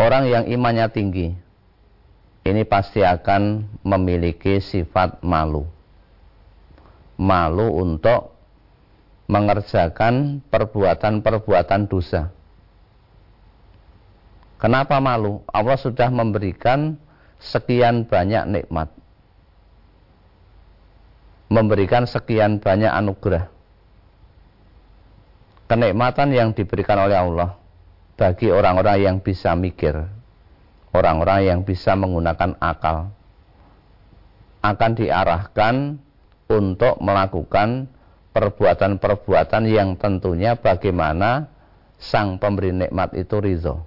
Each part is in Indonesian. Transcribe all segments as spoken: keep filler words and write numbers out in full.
Orang yang imannya tinggi ini pasti akan memiliki sifat malu. Malu untuk mengerjakan perbuatan-perbuatan dosa. Kenapa malu? Allah sudah memberikan sekian banyak nikmat, memberikan sekian banyak anugerah, kenikmatan yang diberikan oleh Allah bagi orang-orang yang bisa mikir, orang-orang yang bisa menggunakan akal, akan diarahkan untuk melakukan perbuatan-perbuatan yang tentunya bagaimana sang pemberi nikmat itu ridho.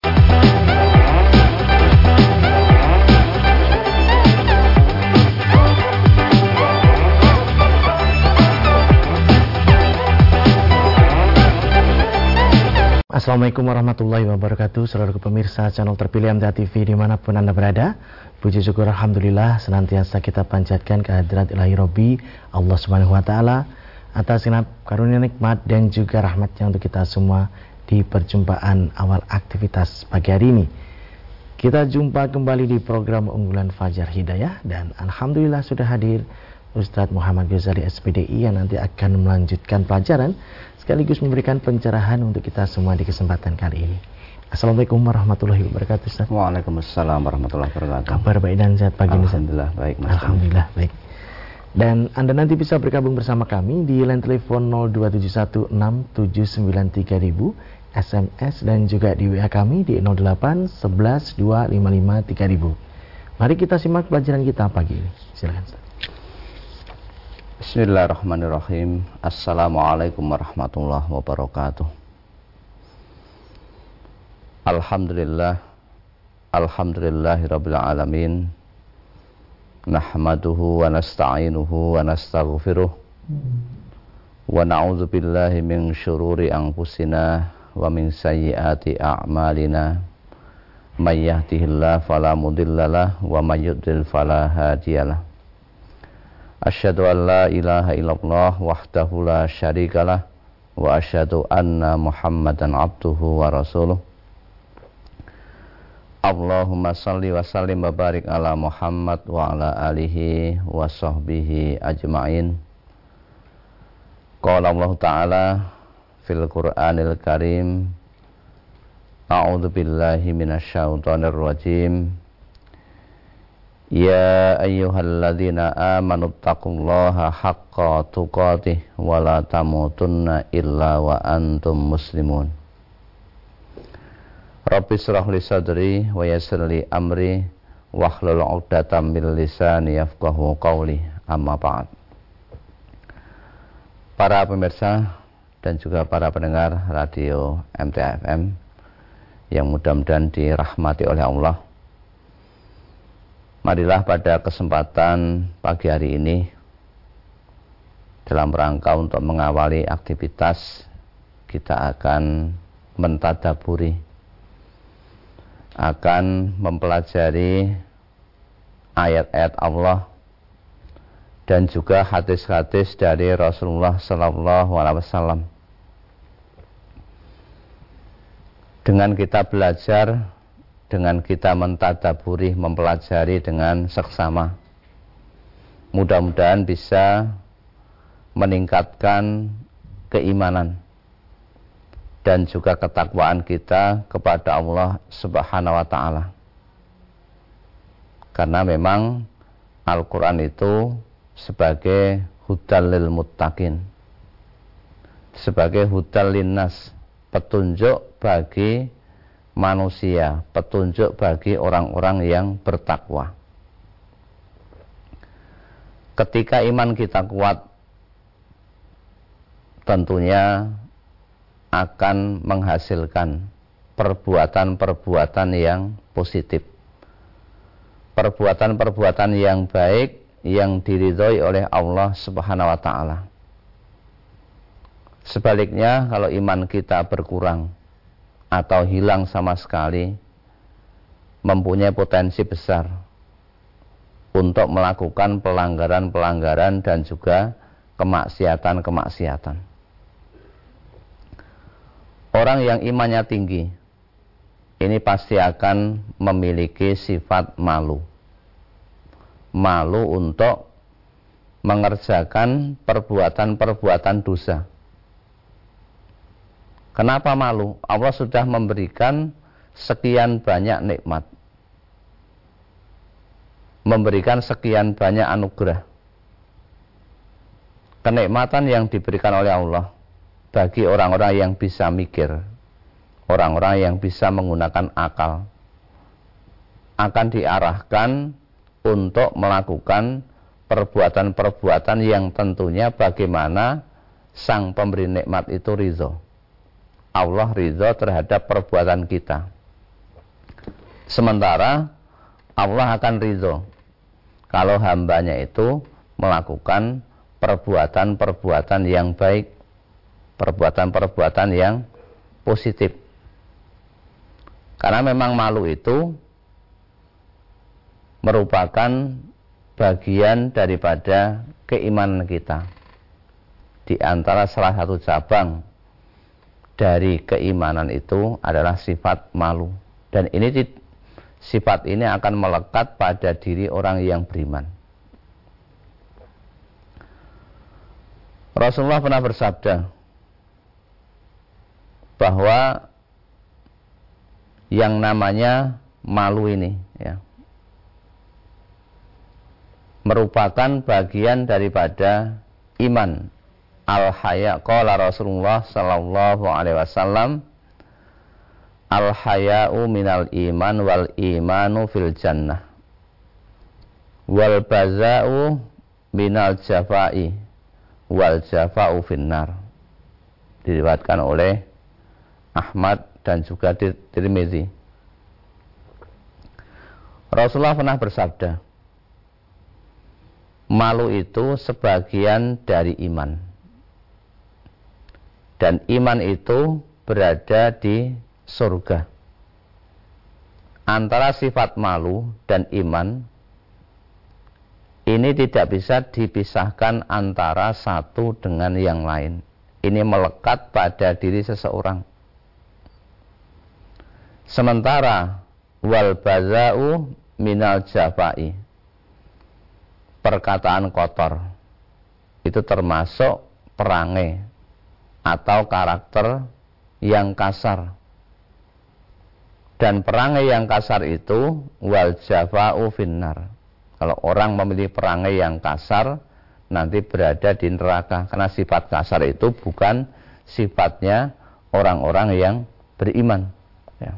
Assalamualaikum warahmatullahi wabarakatuh. Saudara pemirsa channel terpilih M T A T V dimanapun Anda berada, puji syukur alhamdulillah senantiasa kita panjatkan kehadirat ilahi Rabbi Allah subhanahu wa ta'ala atas genap karunia nikmat dan juga rahmatnya untuk kita semua di perjumpaan awal aktivitas pagi hari ini. Kita jumpa kembali di program unggulan Fajar Hidayah, dan alhamdulillah sudah hadir Ustadz Muhammad Ghazali S P D I yang nanti akan melanjutkan pelajaran sekaligus memberikan pencerahan untuk kita semua di kesempatan kali ini. Assalamualaikum warahmatullahi wabarakatuh, Ustaz. Waalaikumsalam warahmatullahi wabarakatuh. Kabar baik dan sehat pagi ini, Ustaz? Alhamdulillah baik, Mas. Alhamdulillah baik. Dan Anda nanti bisa bergabung bersama kami di line telepon nol dua tujuh satu enam tujuh sembilan tiga ribu, S M S dan juga di W A kami di nol delapan sebelas dua lima lima tiga ribu. Mari kita simak pelajaran kita pagi ini. Silakan, Ustaz. Bismillahirrahmanirrahim. Assalamualaikum warahmatullahi wabarakatuh. Alhamdulillah, alhamdulillahirabbil alamin. Nahmaduhu wa nasta'inuhu wa nastaghfiruh. Wa na'udzu billahi min syururi anfusina wa min sayyiati a'malina. May yahdihillahu fala mudhillalah wa may yudlil fala hadiyalah. Asyhadu an la ilaha illallah wahdahu la syarikalah wa asyhadu anna Muhammadan abduhu wa rasuluh. Allahumma salli wa sallim wa barik ala Muhammad wa ala alihi wa sahbihi ajma'in. Qala Allah Ta'ala fil Qur'anil Karim, a'udzu billahi minasyaitonir rajim. Ya ayyuhalladzina amanu taqullaha haqqa tuqatih wa la tamutunna illa wa antum muslimun. Rabbi shrah li sadri wa yassir li amri wahlul 'uqdatam min lisani yafqahu qawli. Amma ba'd. Para pemirsa dan juga para pendengar radio M T A F M yang mudah-mudahan dirahmati oleh Allah, marilah pada kesempatan pagi hari ini dalam rangka untuk mengawali aktivitas kita akan mentadaburi, akan mempelajari ayat-ayat Allah dan juga hadis-hadis dari Rasulullah sallallahu alaihi wasallam. Dengan kita belajar, dengan kita mentadaburi, mempelajari dengan seksama, mudah-mudahan bisa meningkatkan keimanan dan juga ketakwaan kita kepada Allah Subhanahu wa ta'ala. Karena memang Al-Quran itu sebagai hudal lil muttaqin, sebagai hudal linnas, petunjuk bagi manusia, petunjuk bagi orang-orang yang bertakwa. Ketika iman kita kuat, tentunya akan menghasilkan perbuatan-perbuatan yang positif, perbuatan-perbuatan yang baik yang diridhoi oleh Allah Subhanahu wa ta'ala. Sebaliknya, kalau iman kita berkurang atau hilang sama sekali, mempunyai potensi besar untuk melakukan pelanggaran-pelanggaran dan juga kemaksiatan-kemaksiatan. Orang yang imannya tinggi ini pasti akan memiliki sifat malu. Malu untuk mengerjakan perbuatan-perbuatan dosa. Kenapa malu? Allah sudah memberikan sekian banyak nikmat, memberikan sekian banyak anugerah, kenikmatan yang diberikan oleh Allah bagi orang-orang yang bisa mikir, orang-orang yang bisa menggunakan akal, akan diarahkan untuk melakukan perbuatan-perbuatan yang tentunya bagaimana sang pemberi nikmat itu ridho. Allah ridho terhadap perbuatan kita, sementara Allah akan ridho kalau hambanya itu melakukan perbuatan-perbuatan yang baik, perbuatan-perbuatan yang positif. Karena memang malu itu merupakan bagian daripada keimanan kita. Di antara salah satu cabang dari keimanan itu adalah sifat malu. Dan ini sifat ini akan melekat pada diri orang yang beriman. Rasulullah pernah bersabda bahwa yang namanya malu ini ya, merupakan bagian daripada iman. Al-haya, qala Rasulullah sallallahu alaihi wasallam, al-haya'u minal iman wal imanu fil jannah wal baza'u minal jafa'i wal jafa'u finnar. Diriwayatkan oleh Ahmad dan juga Tirmidzi. Rasulullah pernah bersabda, malu itu sebagian dari iman. Dan iman itu berada di surga. Antara sifat malu dan iman ini tidak bisa dipisahkan antara satu dengan yang lain. Ini melekat pada diri seseorang. Sementara wal baza'u minal jafa'i, perkataan kotor itu termasuk perangai atau karakter yang kasar. Dan perangai yang kasar itu wal jafa'u finnar. Kalau orang memilih perangai yang kasar, nanti berada di neraka. Karena sifat kasar itu bukan sifatnya orang-orang yang beriman ya.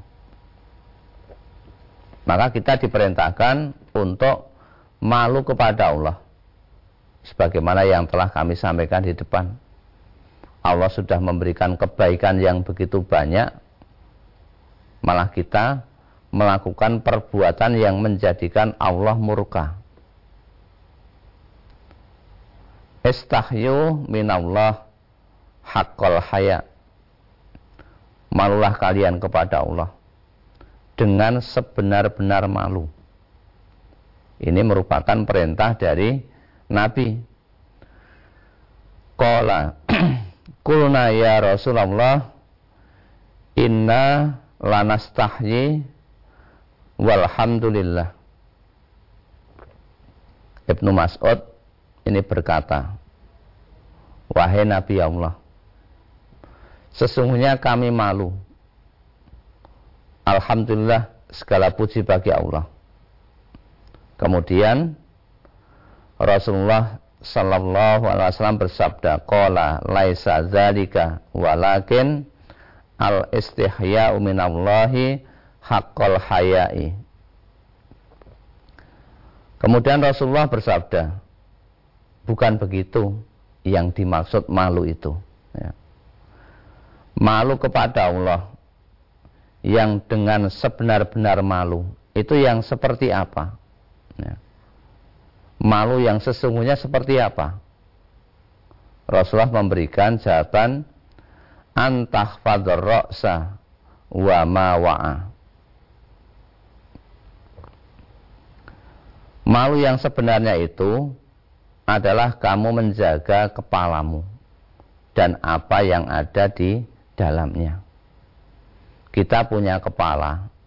Maka kita diperintahkan untuk malu kepada Allah, sebagaimana yang telah kami sampaikan di depan. Allah sudah memberikan kebaikan yang begitu banyak, malah kita melakukan perbuatan yang menjadikan Allah murka. Istahyu minallah haqqal haya. Malulah kalian kepada Allah dengan sebenar-benar malu. Ini merupakan perintah dari Nabi. Qala Qulna ya Rasulullah, inna lanastahyi walhamdulillah. Ibnu Mas'ud ini berkata, wahai Nabi Allah, sesungguhnya kami malu. Alhamdulillah, segala puji bagi Allah. Kemudian Rasulullah sallallahu alaihi wasallam bersabda, qala laisa dzalika walakin al istihya'u minallahi haqqal haya'i. Kemudian Rasulullah bersabda, bukan begitu yang dimaksud malu itu ya. Malu kepada Allah yang dengan sebenar-benar malu itu yang seperti apa ya. Malu yang sesungguhnya seperti apa? Rasulullah memberikan jawaban, antahfadhar ra'sa wa ma wa'a. Malu yang sebenarnya itu adalah kamu menjaga kepalamu dan apa yang ada di dalamnya. Kita punya kepala,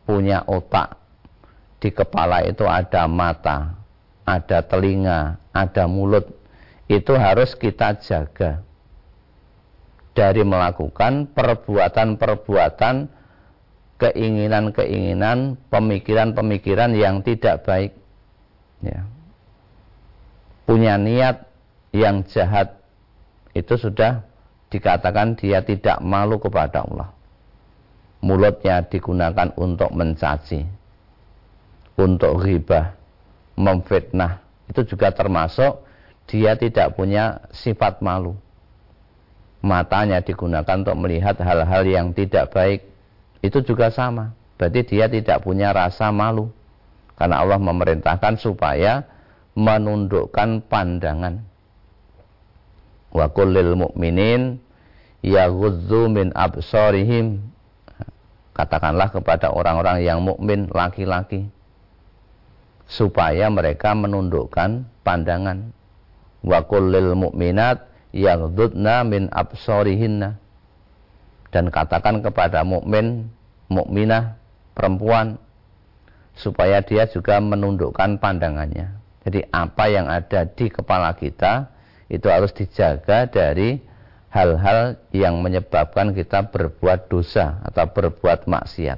punya otak, di kepala itu ada mata, ada telinga, ada mulut, itu harus kita jaga dari melakukan perbuatan-perbuatan, keinginan-keinginan, pemikiran-pemikiran yang tidak baik, ya. Punya niat yang jahat, itu sudah dikatakan dia tidak malu kepada Allah. Mulutnya digunakan untuk mencaci, untuk ghibah, memfitnah, itu juga termasuk dia tidak punya sifat malu. Matanya digunakan untuk melihat hal-hal yang tidak baik, itu juga sama, berarti dia tidak punya rasa malu, karena Allah memerintahkan supaya menundukkan pandangan. Wa kullil mu'minin yaghudzu min absarihim, katakanlah kepada orang-orang yang mukmin laki-laki supaya mereka menundukkan pandangan. Wa kullil mu'minat yaghuddna min absarihinna, dan katakan kepada mukmin, mukminah perempuan supaya dia juga menundukkan pandangannya. Jadi apa yang ada di kepala kita itu harus dijaga dari hal-hal yang menyebabkan kita berbuat dosa atau berbuat maksiat.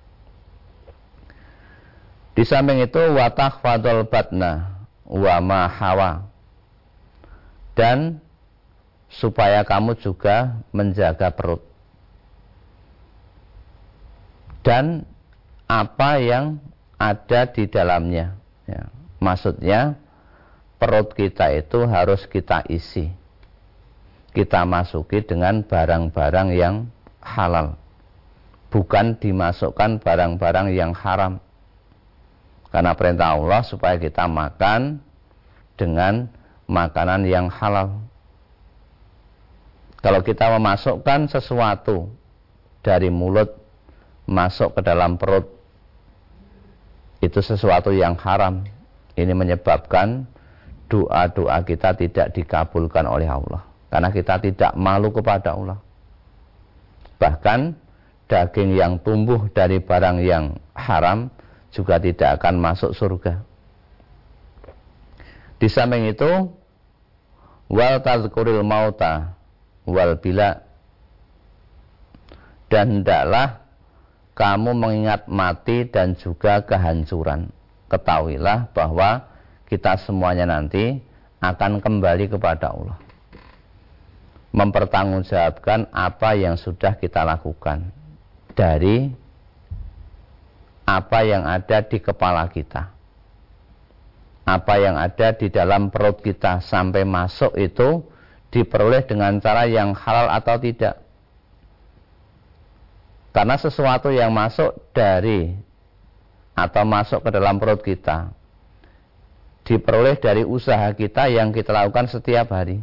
Di samping itu wa takhfadul batna wa ma hawa, dan supaya kamu juga menjaga perut dan apa yang ada di dalamnya, ya. Maksudnya perut kita itu harus kita isi, kita masuki dengan barang-barang yang halal, bukan dimasukkan barang-barang yang haram. Karena perintah Allah supaya kita makan dengan makanan yang halal. Kalau kita memasukkan sesuatu dari mulut masuk ke dalam perut, itu sesuatu yang haram. Ini menyebabkan doa-doa kita tidak dikabulkan oleh Allah, karena kita tidak malu kepada Allah. Bahkan daging yang tumbuh dari barang yang haram juga tidak akan masuk surga. Di samping itu, wal tazkuril mauta wal bila, dan hendaklah kamu mengingat mati dan juga kehancuran. Ketahuilah bahwa kita semuanya nanti akan kembali kepada Allah, mempertanggungjawabkan apa yang sudah kita lakukan dari apa yang ada di kepala kita, apa yang ada di dalam perut kita sampai masuk itu diperoleh dengan cara yang halal atau tidak. Karena sesuatu yang masuk dari atau masuk ke dalam perut kita diperoleh dari usaha kita yang kita lakukan setiap hari.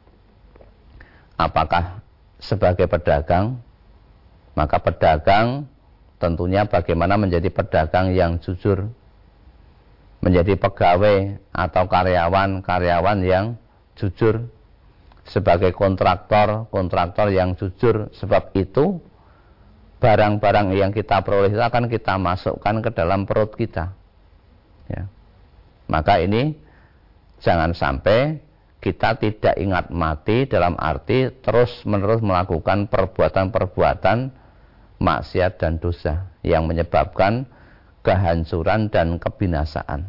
Apakah sebagai pedagang, maka pedagang tentunya bagaimana menjadi pedagang yang jujur, menjadi pegawai atau karyawan-karyawan yang jujur, sebagai kontraktor, kontraktor yang jujur. Sebab itu barang-barang yang kita peroleh itu akan kita masukkan ke dalam perut kita, ya. Maka ini jangan sampai kita tidak ingat mati dalam arti terus-menerus melakukan perbuatan-perbuatan maksiat dan dosa yang menyebabkan kehancuran dan kebinasaan.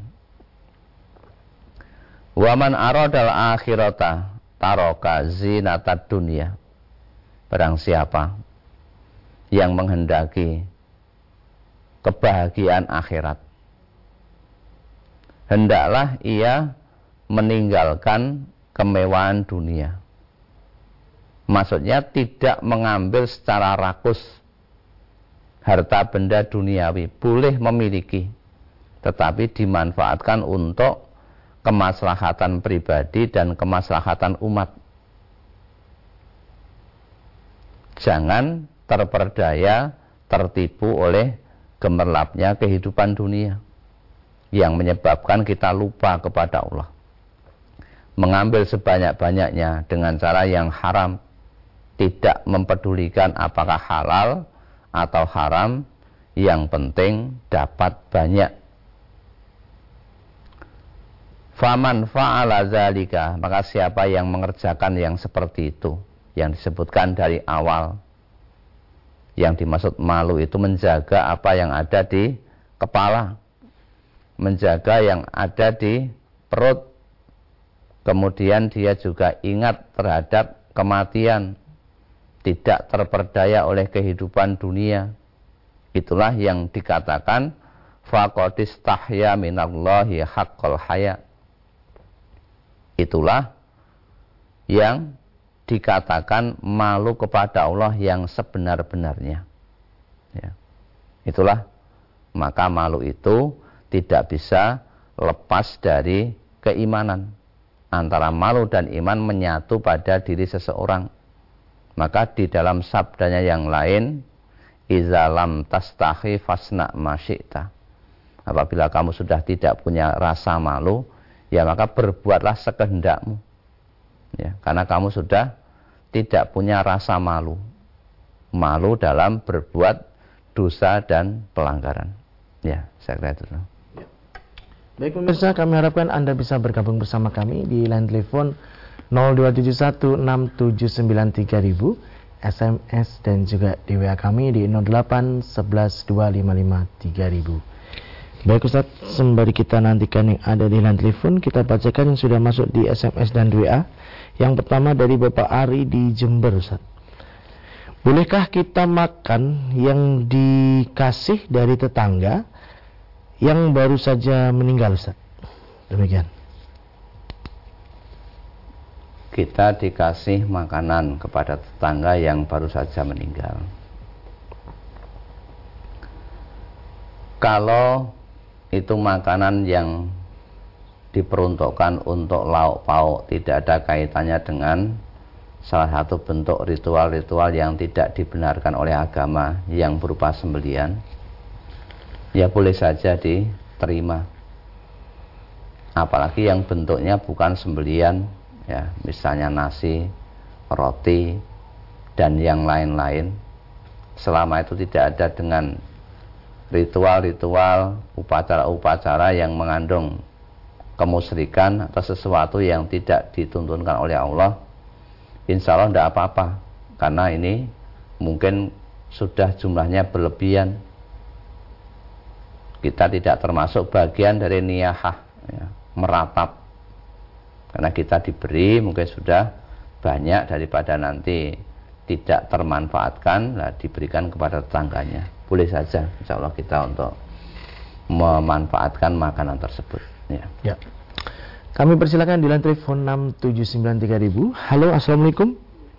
Waman aradal akhirata taraka zinatad dunya, barang siapa yang menghendaki kebahagiaan akhirat, hendaklah ia meninggalkan kemewahan dunia. Maksudnya tidak mengambil secara rakus harta benda duniawi, boleh memiliki, tetapi dimanfaatkan untuk kemaslahatan pribadi dan kemaslahatan umat. Jangan terperdaya, tertipu oleh gemerlapnya kehidupan dunia yang menyebabkan kita lupa kepada Allah. Mengambil sebanyak-banyaknya dengan cara yang haram, tidak mempedulikan apakah halal atau haram, yang penting dapat banyak. Faman fa'ala zalika, maka siapa yang mengerjakan yang seperti itu, yang disebutkan dari awal. Yang dimaksud malu itu menjaga apa yang ada di kepala, menjaga yang ada di perut. Kemudian dia juga ingat terhadap kematian, tidak terperdaya oleh kehidupan dunia. Itulah yang dikatakan faqad istahya minallahi haqqal haya. Itulah yang dikatakan malu kepada Allah yang sebenar-benarnya. Ya. Itulah, maka malu itu tidak bisa lepas dari keimanan. Antara malu dan iman menyatu pada diri seseorang. Maka di dalam sabdanya yang lain, iza lam tastahi fasna ma syi'ta. Apabila kamu sudah tidak punya rasa malu, ya maka berbuatlah sekehendakmu. Ya, karena kamu sudah tidak punya rasa malu. Malu dalam berbuat dosa dan pelanggaran. Ya, saya kira itu. Baik pemirsa, kami harapkan Anda bisa bergabung bersama kami di line telepon nol dua tujuh satu enam tujuh sembilan tiga nol nol nol, S M S dan juga di W A kami di nol delapan satu satu dua lima lima tiga nol nol nol. Baik Ustaz, sembari kita nantikan yang ada di line telepon, kita bacakan yang sudah masuk di S M S dan W A. Yang pertama dari Bapak Ari di Jember, Ustaz. Bolehkah kita makan yang dikasih dari tetangga yang baru saja meninggal, Ustaz? Demikian. Kita dikasih makanan kepada tetangga yang baru saja meninggal. Kalau itu makanan yang diperuntukkan untuk lauk pauk, tidak ada kaitannya dengan salah satu bentuk ritual-ritual yang tidak dibenarkan oleh agama yang berupa sembelian, ya boleh saja diterima. Apalagi yang bentuknya bukan sembelian, ya misalnya nasi, roti, dan yang lain-lain. Selama itu tidak ada dengan ritual-ritual, upacara-upacara yang mengandung kemusyrikan atau sesuatu yang tidak dituntunkan oleh Allah, insya Allah tidak apa-apa. Karena ini mungkin sudah jumlahnya berlebihan. Kita tidak termasuk bagian dari niyahah, ya, meratap. Karena kita diberi mungkin sudah banyak daripada nanti tidak termanfaatkan, nah diberikan kepada tetangganya. Boleh saja insya Allah kita untuk memanfaatkan makanan tersebut. Ya. Ya. Kami persilakan di line telepon enam tujuh sembilan tiga nol nol nol. Halo, assalamualaikum.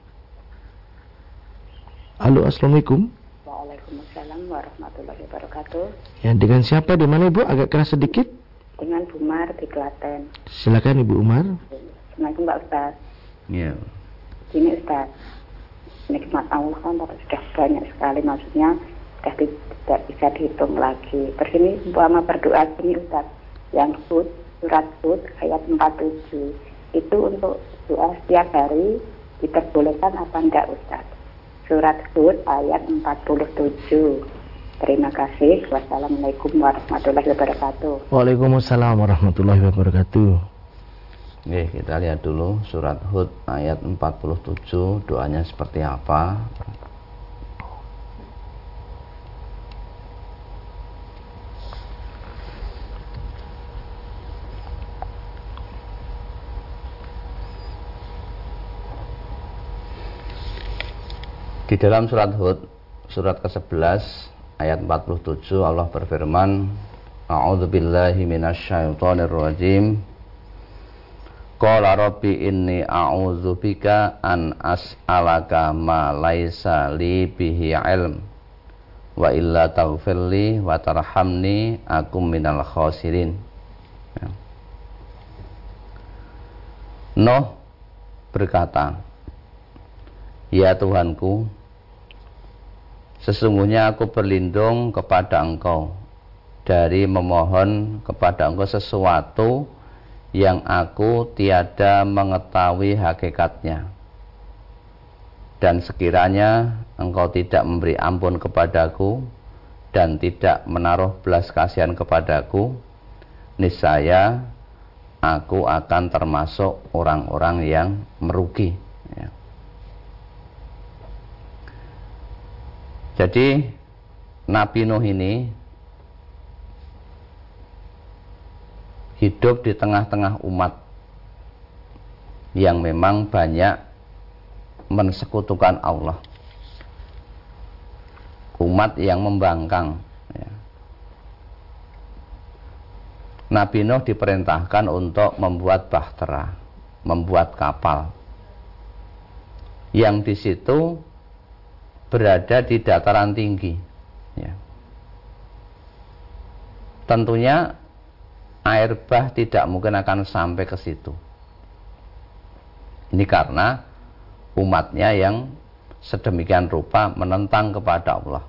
Halo, assalamualaikum. Waalaikumsalam warahmatullahi wabarakatuh. Ya, dengan siapa, di mana Ibu? Agak keras sedikit. Dengan Bu Umar di Klaten. Silakan Ibu Umar. Assalamualaikum Pak Ustaz. Ya. Ini Ustaz, nikmat Allah kan sudah banyak sekali, maksudnya sudah tidak bisa dihitung lagi. Terus ini umpama berdoa ini Ustaz, yang Hud, surat Hud ayat empat puluh tujuh itu untuk doa setiap hari diperbolehkan apa enggak Ustaz? Surat Hud ayat empat puluh tujuh. Terima kasih. Wassalamualaikum warahmatullahi wabarakatuh. Waalaikumsalam warahmatullahi wabarakatuh. Oke, kita lihat dulu surat Hud ayat empat puluh tujuh, doanya seperti apa. Di dalam surat Hud, surat ke sebelas, ayat empat puluh tujuh, Allah berfirman, A'udzubillahi minasyaitonir rajim. Qala rabbi inni a'udzubika an as'alaka ma laisa li bihi ilm wa illa taghfirli wa tarhamni akum minal khasirin. Ya. Nuh berkata, ya Tuhanku, sesungguhnya aku berlindung kepada Engkau dari memohon kepada Engkau sesuatu yang aku tiada mengetahui hakikatnya, dan sekiranya Engkau tidak memberi ampun kepadaku dan tidak menaruh belas kasihan kepadaku, niscaya aku akan termasuk orang-orang yang merugi. Ya. Jadi Nabi Nuh ini hidup di tengah-tengah umat yang memang banyak mensekutukan Allah, umat yang membangkang. Ya. Nabi Nuh diperintahkan untuk membuat bahtera, membuat kapal yang di situ berada di dataran tinggi. Ya. Tentunya air bah tidak mungkin akan sampai ke situ. Ini karena umatnya yang sedemikian rupa menentang kepada Allah.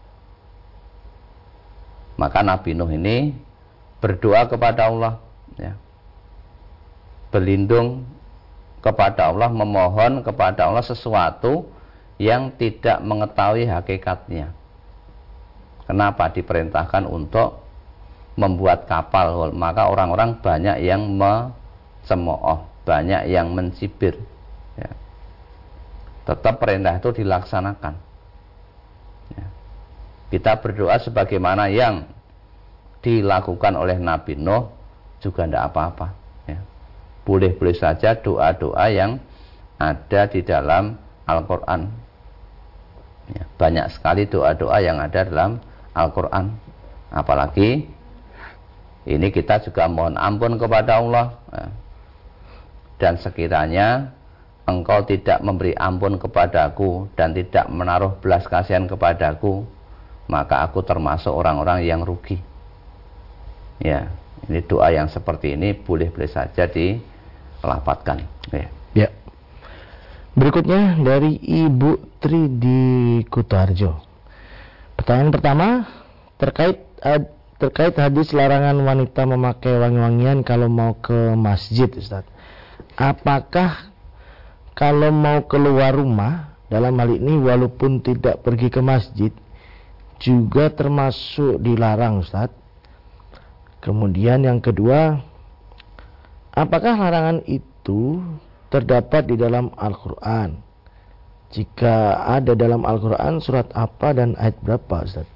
Maka Nabi Nuh ini berdoa kepada Allah, ya. Berlindung kepada Allah, memohon kepada Allah sesuatu yang tidak mengetahui hakikatnya. Kenapa diperintahkan untuk membuat kapal? Maka orang-orang banyak yang mencemooh, banyak yang mencibir. Ya. Tetap perintah itu dilaksanakan. Ya. Kita berdoa sebagaimana yang dilakukan oleh Nabi Nuh juga tidak apa-apa. Ya. Boleh-boleh saja doa-doa yang ada di dalam Al-Quran. Ya, banyak sekali doa-doa yang ada dalam Al-Quran. Apalagi ini kita juga mohon ampun kepada Allah. Ya. Dan sekiranya engkau tidak memberi ampun kepadaku dan tidak menaruh belas kasihan kepadaku, maka aku termasuk orang-orang yang rugi. Ya, ini doa yang seperti ini boleh-boleh saja dilafadzkan. Ya. Ya. Berikutnya dari Ibu Tri di Kutoarjo. Pertanyaan pertama terkait ad, terkait hadis larangan wanita memakai wangi-wangian kalau mau ke masjid, Ustaz. Apakah kalau mau keluar rumah, dalam hal ini walaupun tidak pergi ke masjid, juga termasuk dilarang, Ustaz? Kemudian yang kedua, apakah larangan itu terdapat di dalam Al-Quran? Jika ada dalam Al-Quran, surat apa dan ayat berapa, Ustaz?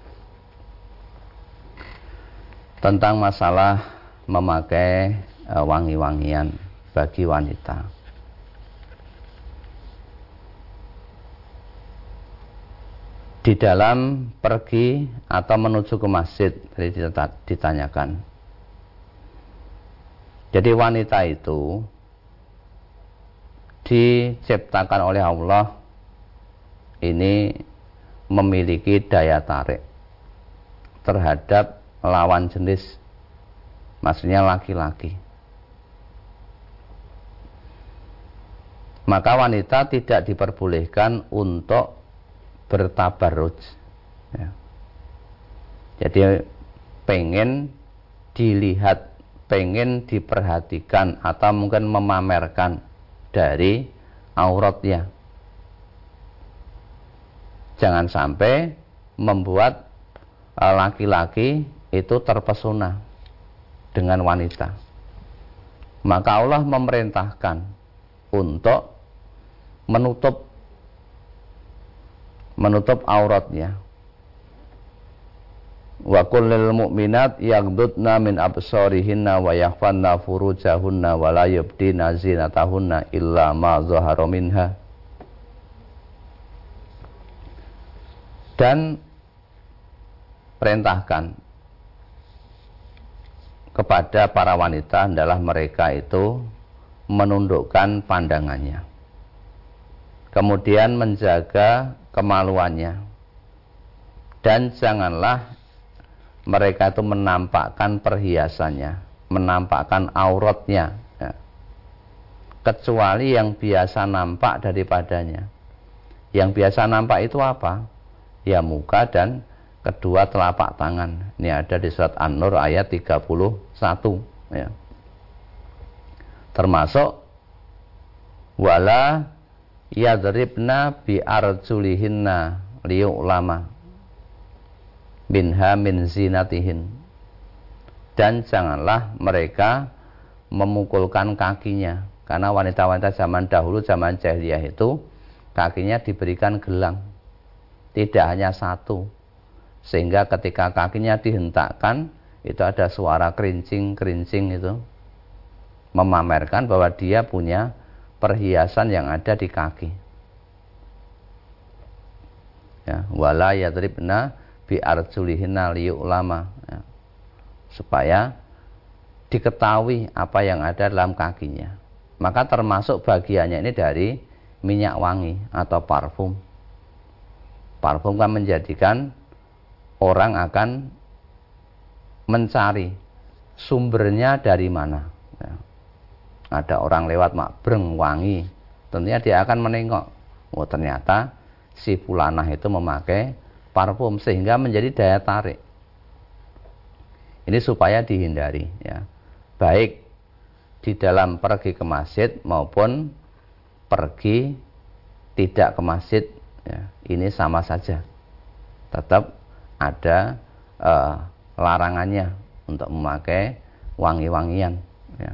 Tentang masalah memakai uh, wangi-wangian bagi wanita. Di dalam pergi atau menuju ke masjid, tadi ditanyakan. Jadi wanita itu diciptakan oleh Allah ini memiliki daya tarik terhadap lawan jenis, maksudnya laki-laki. Maka wanita tidak diperbolehkan untuk bertabarruj. Ya. Jadi pengen dilihat, pengen diperhatikan atau mungkin memamerkan dari auratnya. Jangan sampai membuat laki-laki itu terpesona dengan wanita. Maka Allah memerintahkan untuk menutup menutup auratnya. Wa kullil mu'minat yaghdudna min absarihinna wa yahfanna furujahunna wa la yubdina zinatahunna illa ma zahara minha. Dan perintahkan kepada para wanita adalah mereka itu menundukkan pandangannya, kemudian menjaga kemaluannya, dan janganlah mereka itu menampakkan perhiasannya, menampakkan auratnya, ya, kecuali yang biasa nampak daripadanya. Yang biasa nampak itu apa? Ya muka dan kedua telapak tangan. Ini ada di surat An-Nur ayat tiga puluh satu, ya. Termasuk wala yadribna bi arjulihinna liyu'lama. minha min zinatihin, dan janganlah mereka memukulkan kakinya, karena wanita-wanita zaman dahulu, zaman jahiliyah itu kakinya diberikan gelang, tidak hanya satu, sehingga ketika kakinya dihentakkan itu ada suara kerincing-kerincing, itu memamerkan bahwa dia punya perhiasan yang ada di kaki. Ya, wala yadribna bi arjulihinna liyu'lama, ya, supaya diketahui apa yang ada dalam kakinya. Maka termasuk bagiannya ini dari minyak wangi atau parfum. Parfum kan menjadikan orang akan mencari sumbernya dari mana. Ya. Ada orang lewat mak breng wangi, tentunya dia akan menengok, oh ternyata si fulanah itu memakai parfum, sehingga menjadi daya tarik. Ini supaya dihindari, ya, baik di dalam pergi ke masjid maupun pergi tidak ke masjid, ya, ini sama saja, tetap ada uh, larangannya untuk memakai wangi-wangian, ya.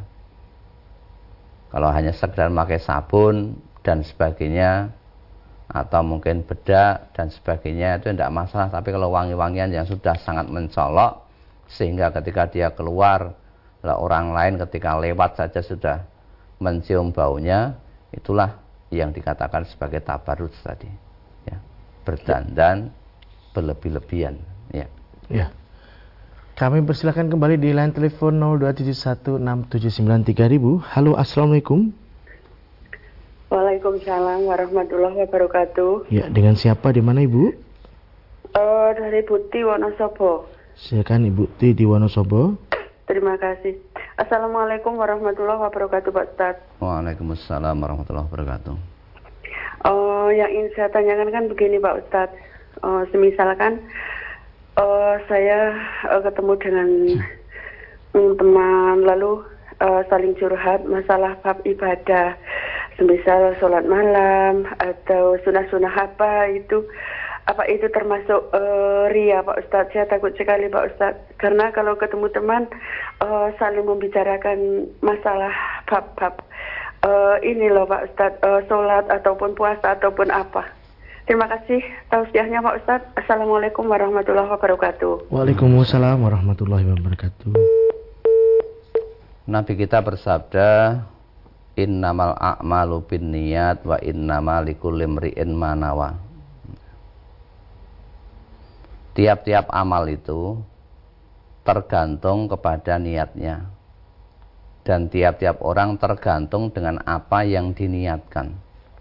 Kalau hanya sekedar memakai sabun dan sebagainya, atau mungkin bedak dan sebagainya, itu tidak masalah. Tapi kalau wangi-wangian yang sudah sangat mencolok, sehingga ketika dia keluar, orang lain ketika lewat saja sudah mencium baunya, itulah yang dikatakan sebagai tabarruj tadi, ya, berdandan berlebih-lebihan, ya. Ya. Kami persilakan kembali di line telepon nol dua tujuh satu enam tujuh sembilan tiga nol nol nol. Halo, assalamualaikum. Waalaikumsalam warahmatullahi wabarakatuh. Ya, dengan siapa, di mana Ibu? Uh, dari Buti Wonosobo. Silakan Ibu Ti di Wonosobo. Terima kasih. Assalamualaikum warahmatullahi wabarakatuh, Pak Ustadz. Waalaikumsalam warahmatullahi wabarakatuh. Uh, yang ingin saya tanyakan kan begini, Pak Ustadz. Uh, semisalkan uh, saya uh, ketemu dengan um, teman, lalu uh, saling curhat masalah bab ibadah, semisal sholat malam atau sunah-sunah apa itu, apa itu termasuk uh, ria, Pak Ustadz? Saya takut sekali, Pak Ustadz, karena kalau ketemu teman uh, saling membicarakan masalah bab-bab uh, ini loh, Pak Ustadz, uh, sholat ataupun puasa ataupun apa. Terima kasih tausiahnya, Pak Ustadz. Assalamualaikum warahmatullahi wabarakatuh. Waalaikumsalam warahmatullahi wabarakatuh. Nabi kita bersabda, innamal a'malu binniyat wa innamal likulli imri'in ma nawa. Tiap-tiap amal itu tergantung kepada niatnya, dan tiap-tiap orang tergantung dengan apa yang diniatkan.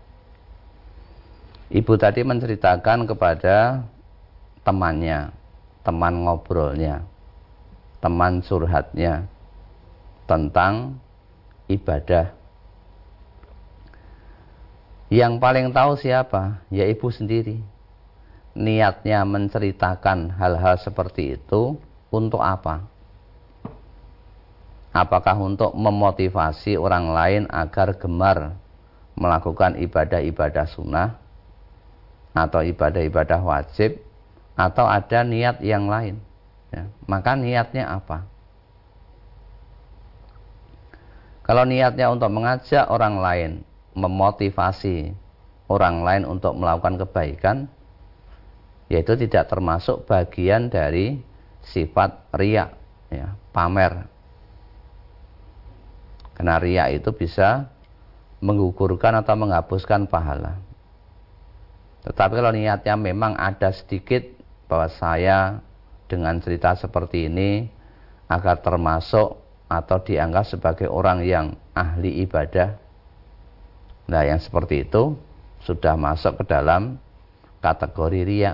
Ibu tadi menceritakan kepada temannya, teman ngobrolnya, teman curhatnya tentang ibadah. Yang paling tahu siapa? Ya ibu sendiri. Niatnya menceritakan hal-hal seperti itu untuk apa? Apakah untuk memotivasi orang lain agar gemar melakukan ibadah-ibadah sunnah atau ibadah-ibadah wajib, atau ada niat yang lain, ya, maka niatnya apa? Kalau niatnya untuk mengajak orang lain, memotivasi orang lain untuk melakukan kebaikan, yaitu tidak termasuk bagian dari sifat riya, ya, pamer. Karena riya itu bisa menggugurkan atau menghapuskan pahala. Tetapi kalau niatnya memang ada sedikit bahwa saya dengan cerita seperti ini agar termasuk atau dianggap sebagai orang yang ahli ibadah, nah yang seperti itu sudah masuk ke dalam kategori riya.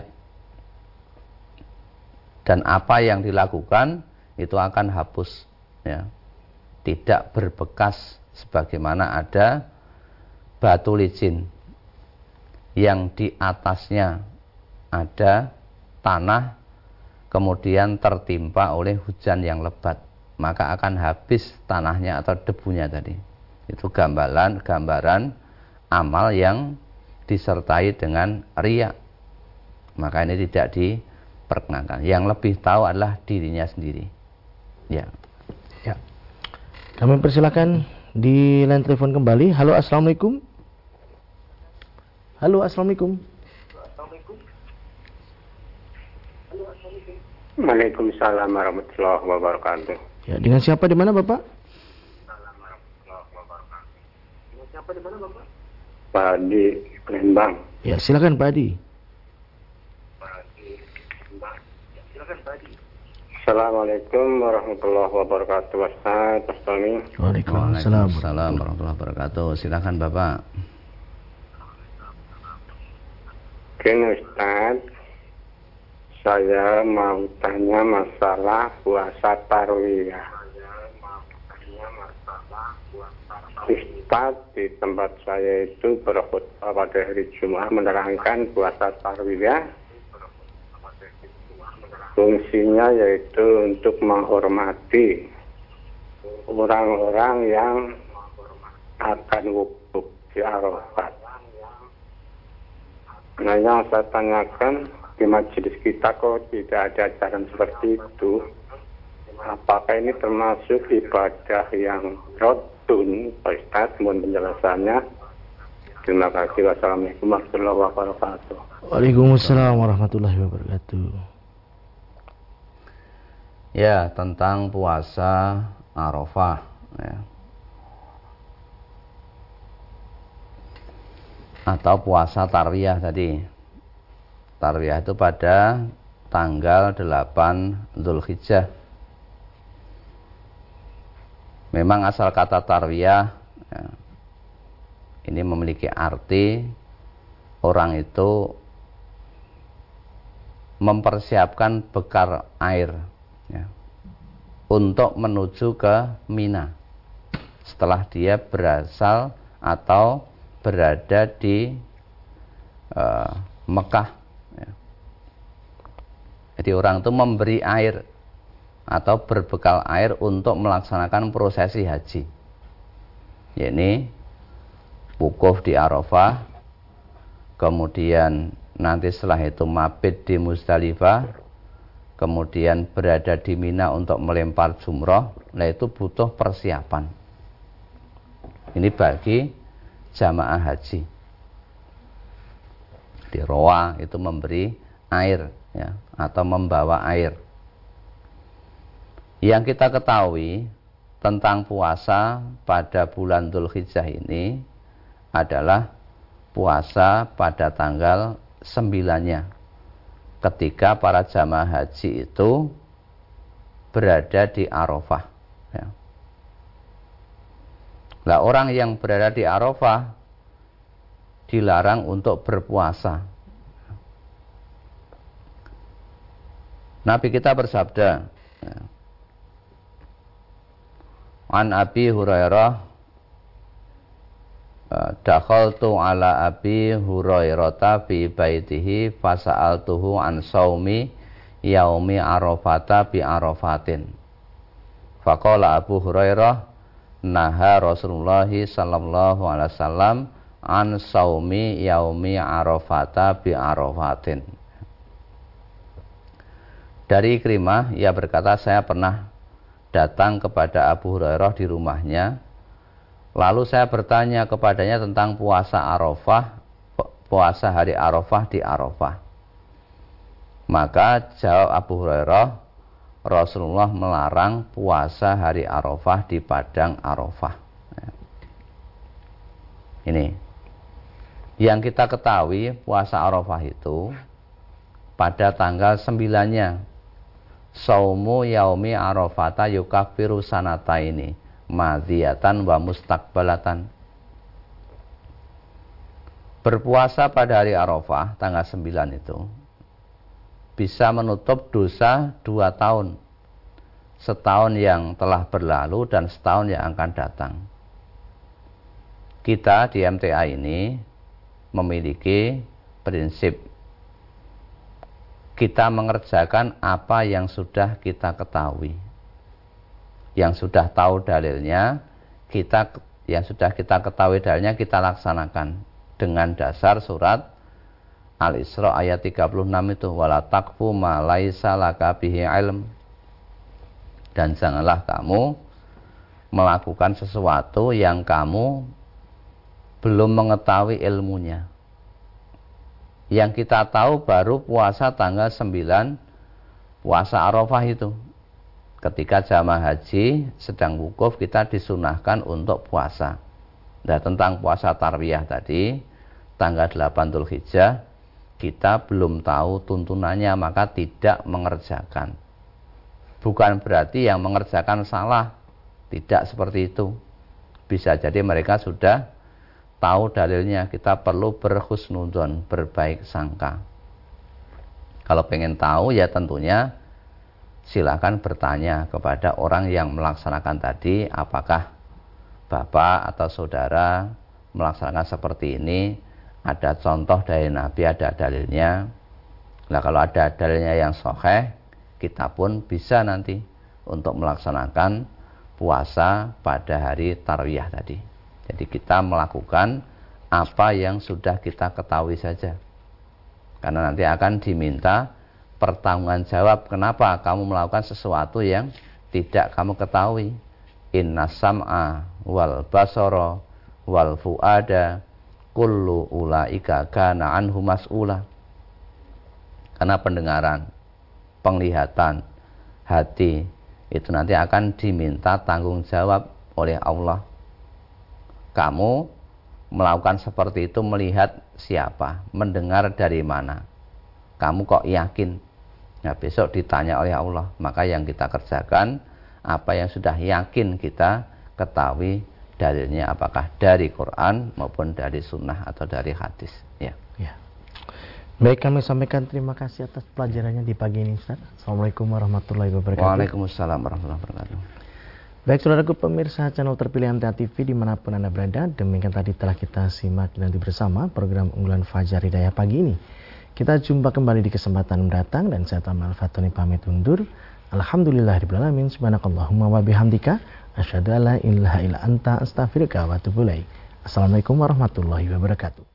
Dan apa yang dilakukan itu akan hapus, ya, tidak berbekas, sebagaimana ada batu licin yang di atasnya ada tanah, kemudian tertimpa oleh hujan yang lebat, maka akan habis tanahnya atau debunya tadi. Itu gambaran gambaran amal yang disertai dengan riya. Maka ini tidak perkenankan. Yang lebih tahu adalah dirinya sendiri. Ya. Ya. Kami persilakan di line telepon kembali. Halo, assalamualaikum. Halo, assalamualaikum. Waalaikumsalam warahmatullahi wabarakatuh. Ya, dengan siapa di mana Bapak? Pak Adi Palembang. Ya, silakan Pak Adi. Assalamualaikum warahmatullahi wabarakatuh. Ustaz, Ustaz. Waalaikumsalam warahmatullahi wabarakatuh. Silakan Bapak. Mungkin Ustaz, saya mau tanya masalah puasa tarwiyah. Ustaz, di tempat saya itu berkhutbah pada hari Jumat menerangkan puasa tarwiyah. Fungsinya yaitu untuk menghormati orang-orang yang akan wukuf di Arafat. Nah, yang saya tanyakan, di majelis kita kok tidak ada ajaran seperti itu. Apakah ini termasuk ibadah yang rotun, Pak Ustaz? Mohon penjelasannya. Terima kasih. Wassalamualaikum warahmatullahi wabarakatuh. Waalaikumsalam warahmatullahi wabarakatuh. Ya, tentang puasa Arafah. Ya. Atau puasa tarwiyah tadi. Tarwiyah itu pada tanggal delapan Zulhijjah. Memang asal kata tarwiyah ya, ini memiliki arti orang itu mempersiapkan bekal air ya, untuk menuju ke Mina setelah dia berasal atau berada di uh, Mekah ya. Jadi orang itu memberi air atau berbekal air untuk melaksanakan prosesi haji, yakni wukuf di Arafah, kemudian nanti setelah itu mabit di Muzdalifah, kemudian berada di Mina untuk melempar jumroh. Nah, itu butuh persiapan. Ini bagi jamaah haji. Di Roa itu memberi air ya, atau membawa air. Yang kita ketahui tentang puasa pada bulan Dzulhijjah ini adalah puasa pada tanggal sembilannya, ketika para jamaah haji itu berada di Arafah ya. Nah, orang yang berada di Arafah dilarang untuk berpuasa. Nabi kita bersabda ya, An Abi Hurairah, dakhaltu ala Abi Hurairah fi baitihi fasa'altuhu an saumi yaumi Arafata bi Arafatin. Faqala Abu Hurairah, naha Rasulullah sallallahu alaihi wasallam an saumi yaumi Arafata bi Arafatin. Dari Ikrimah, ia berkata, saya pernah datang kepada Abu Hurairah di rumahnya. Lalu saya bertanya kepadanya tentang puasa Arafah, puasa hari Arafah di Arafah. Maka jawab Abu Hurairah, Rasulullah melarang puasa hari Arafah di padang Arafah. Ini yang kita ketahui, puasa Arafah itu pada tanggal sembilannya. Saumu yaumi Arafata yukafiru sanata ini madhiyatan wa mustakbalatan. Berpuasa pada hari Arafah tanggal sembilan itu bisa menutup dosa dua tahun, setahun yang telah berlalu dan setahun yang akan datang. Kita di M T A ini memiliki prinsip kita mengerjakan apa yang sudah kita ketahui, yang sudah tahu dalilnya, kita yang sudah kita ketahui dalilnya kita laksanakan dengan dasar surat Al-Isra ayat tiga puluh enam itu, wala taqfu ma laisa laka bihi ilm. Dan janganlah kamu melakukan sesuatu yang kamu belum mengetahui ilmunya. Yang kita tahu baru puasa tanggal sembilan, puasa Arafah itu. Ketika jamaah haji sedang wukuf, kita disunahkan untuk puasa. Nah, tentang puasa tarwiyah tadi, tanggal delapan Dzulhijjah, kita belum tahu tuntunannya, maka tidak mengerjakan. Bukan berarti yang mengerjakan salah, tidak seperti itu. Bisa jadi mereka sudah tahu dalilnya, kita perlu berhusnudzon, berbaik sangka. Kalau pengen tahu ya tentunya silakan bertanya kepada orang yang melaksanakan tadi, apakah bapak atau saudara melaksanakan seperti ini, ada contoh dari Nabi, ada dalilnya. Nah, kalau ada dalilnya yang sahih, kita pun bisa nanti untuk melaksanakan puasa pada hari tarwiyah tadi. Jadi kita melakukan apa yang sudah kita ketahui saja. Karena nanti akan diminta pertanggungan jawab, kenapa kamu melakukan sesuatu yang tidak kamu ketahui. Inna sam'a wal basara wal fuada kullu ulaika kana anhu mas'ula. Karena pendengaran, penglihatan, hati itu nanti akan diminta tanggung jawab oleh Allah. Kamu melakukan seperti itu melihat siapa, mendengar dari mana, kamu kok yakin? Nah, besok ditanya oleh Allah. Maka yang kita kerjakan apa yang sudah yakin kita ketahui dalilnya, apakah dari Quran maupun dari sunnah atau dari hadis. Ya. Ya. Baik, kami sampaikan terima kasih atas pelajarannya di pagi ini, Ustaz. Assalamualaikum warahmatullahi wabarakatuh. Waalaikumsalam warahmatullahi wabarakatuh. Baik, saudaraku pemirsa channel terpilih M T A T V dimanapun Anda berada, demikian tadi telah kita simak nanti bersama program unggulan Fajar Hidayah pagi ini. Kita jumpa kembali di kesempatan mendatang dan saya Tamal Fatoni pamit undur. Alhamdulillahirabbil alamin. Subhanakallahumma wa bihamdika asyhadu an la ilaha illa anta astaghfiruka wa atubu ilaik. Assalamualaikum warahmatullahi wabarakatuh.